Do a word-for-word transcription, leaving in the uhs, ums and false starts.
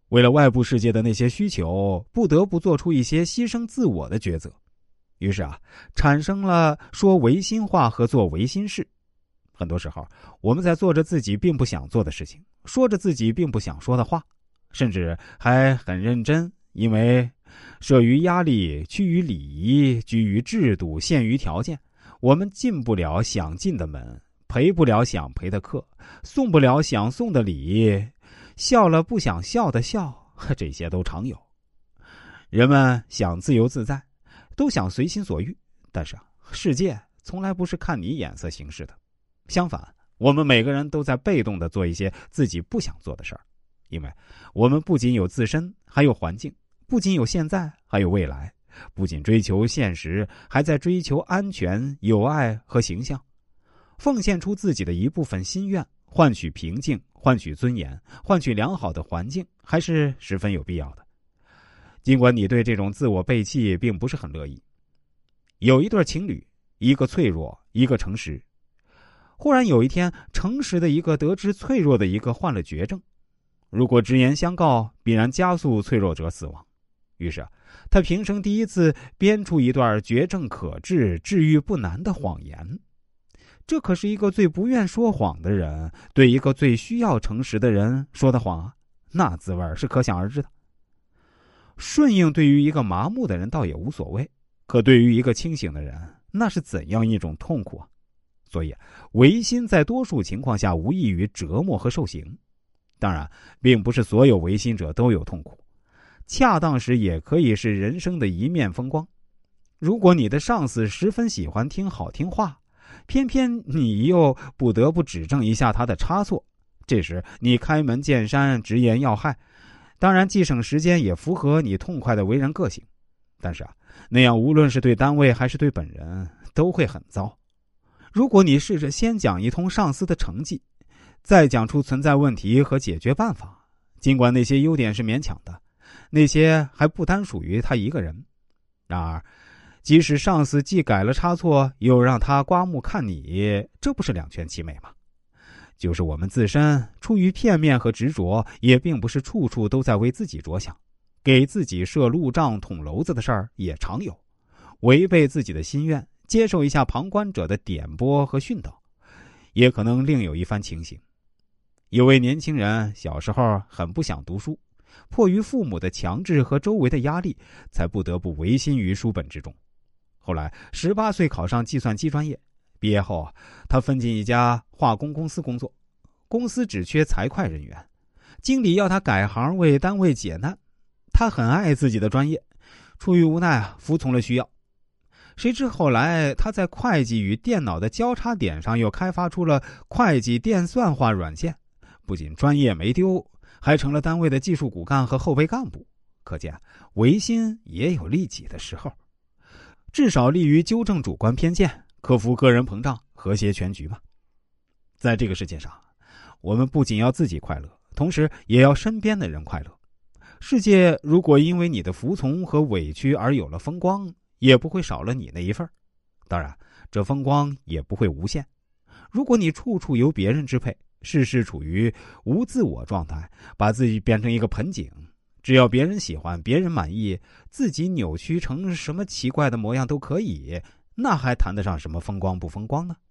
为了外部世界的那些需求，不得不做出一些牺牲自我的抉择。于是啊，产生了说违心话和做违心事。很多时候，我们在做着自己并不想做的事情，说着自己并不想说的话，甚至还很认真，因为慑于压力，趋于礼仪，居于制度，限于条件，我们进不了想进的门，陪不了想陪的客，送不了想送的礼，笑了不想笑的笑，这些都常有。人们想自由自在，都想随心所欲，但是世界从来不是看你眼色行事的。相反，我们每个人都在被动地做一些自己不想做的事儿，因为我们不仅有自身，还有环境，不仅有现在，还有未来，不仅追求现实，还在追求安全、友爱和形象。奉献出自己的一部分心愿，换取平静，换取尊严，换取良好的环境，还是十分有必要的。尽管你对这种自我背弃并不是很乐意。有一对情侣，一个脆弱，一个诚实。忽然有一天，诚实的一个得知脆弱的一个患了绝症，如果直言相告，必然加速脆弱者死亡。于是他平生第一次编出一段绝症可治、治愈不难的谎言。这可是一个最不愿说谎的人对一个最需要诚实的人说的谎啊，那滋味是可想而知的。顺应对于一个麻木的人倒也无所谓，可对于一个清醒的人，那是怎样一种痛苦啊！所以违心在多数情况下无异于折磨和受刑。当然，并不是所有违心者都有痛苦，恰当时也可以是人生的一面风光。如果你的上司十分喜欢听好听话，偏偏你又不得不指正一下他的差错，这时你开门见山，直言要害，当然既省时间，也符合你痛快的为人个性。但是啊，那样无论是对单位还是对本人都会很糟。如果你试着先讲一通上司的成绩，再讲出存在问题和解决办法，尽管那些优点是勉强的，那些还不单属于他一个人。然而即使上司既改了差错，又让他刮目看你，这不是两全其美吗？就是我们自身出于片面和执着，也并不是处处都在为自己着想，给自己设路障捅娄子的事儿也常有。违背自己的心愿，接受一下旁观者的点拨和训导，也可能另有一番情形。有位年轻人小时候很不想读书，迫于父母的强制和周围的压力，才不得不违心于书本之中。后来十八岁考上计算机专业，毕业后他分进一家化工公司工作，公司只缺财会人员，经理要他改行为单位解难。他很爱自己的专业，出于无奈啊，服从了需要。谁知后来他在会计与电脑的交叉点上又开发出了会计电算化软件，不仅专业没丢，还成了单位的技术骨干和后备干部。可见违心也有利己的时候，至少利于纠正主观偏见，克服个人膨胀，和谐全局嘛。在这个世界上，我们不仅要自己快乐，同时也要身边的人快乐。世界如果因为你的服从和委屈而有了风光，也不会少了你那一份。当然，这风光也不会无限。如果你处处由别人支配，事事处于无自我状态，把自己变成一个盆景，只要别人喜欢，别人满意，自己扭曲成什么奇怪的模样都可以，那还谈得上什么风光不风光呢？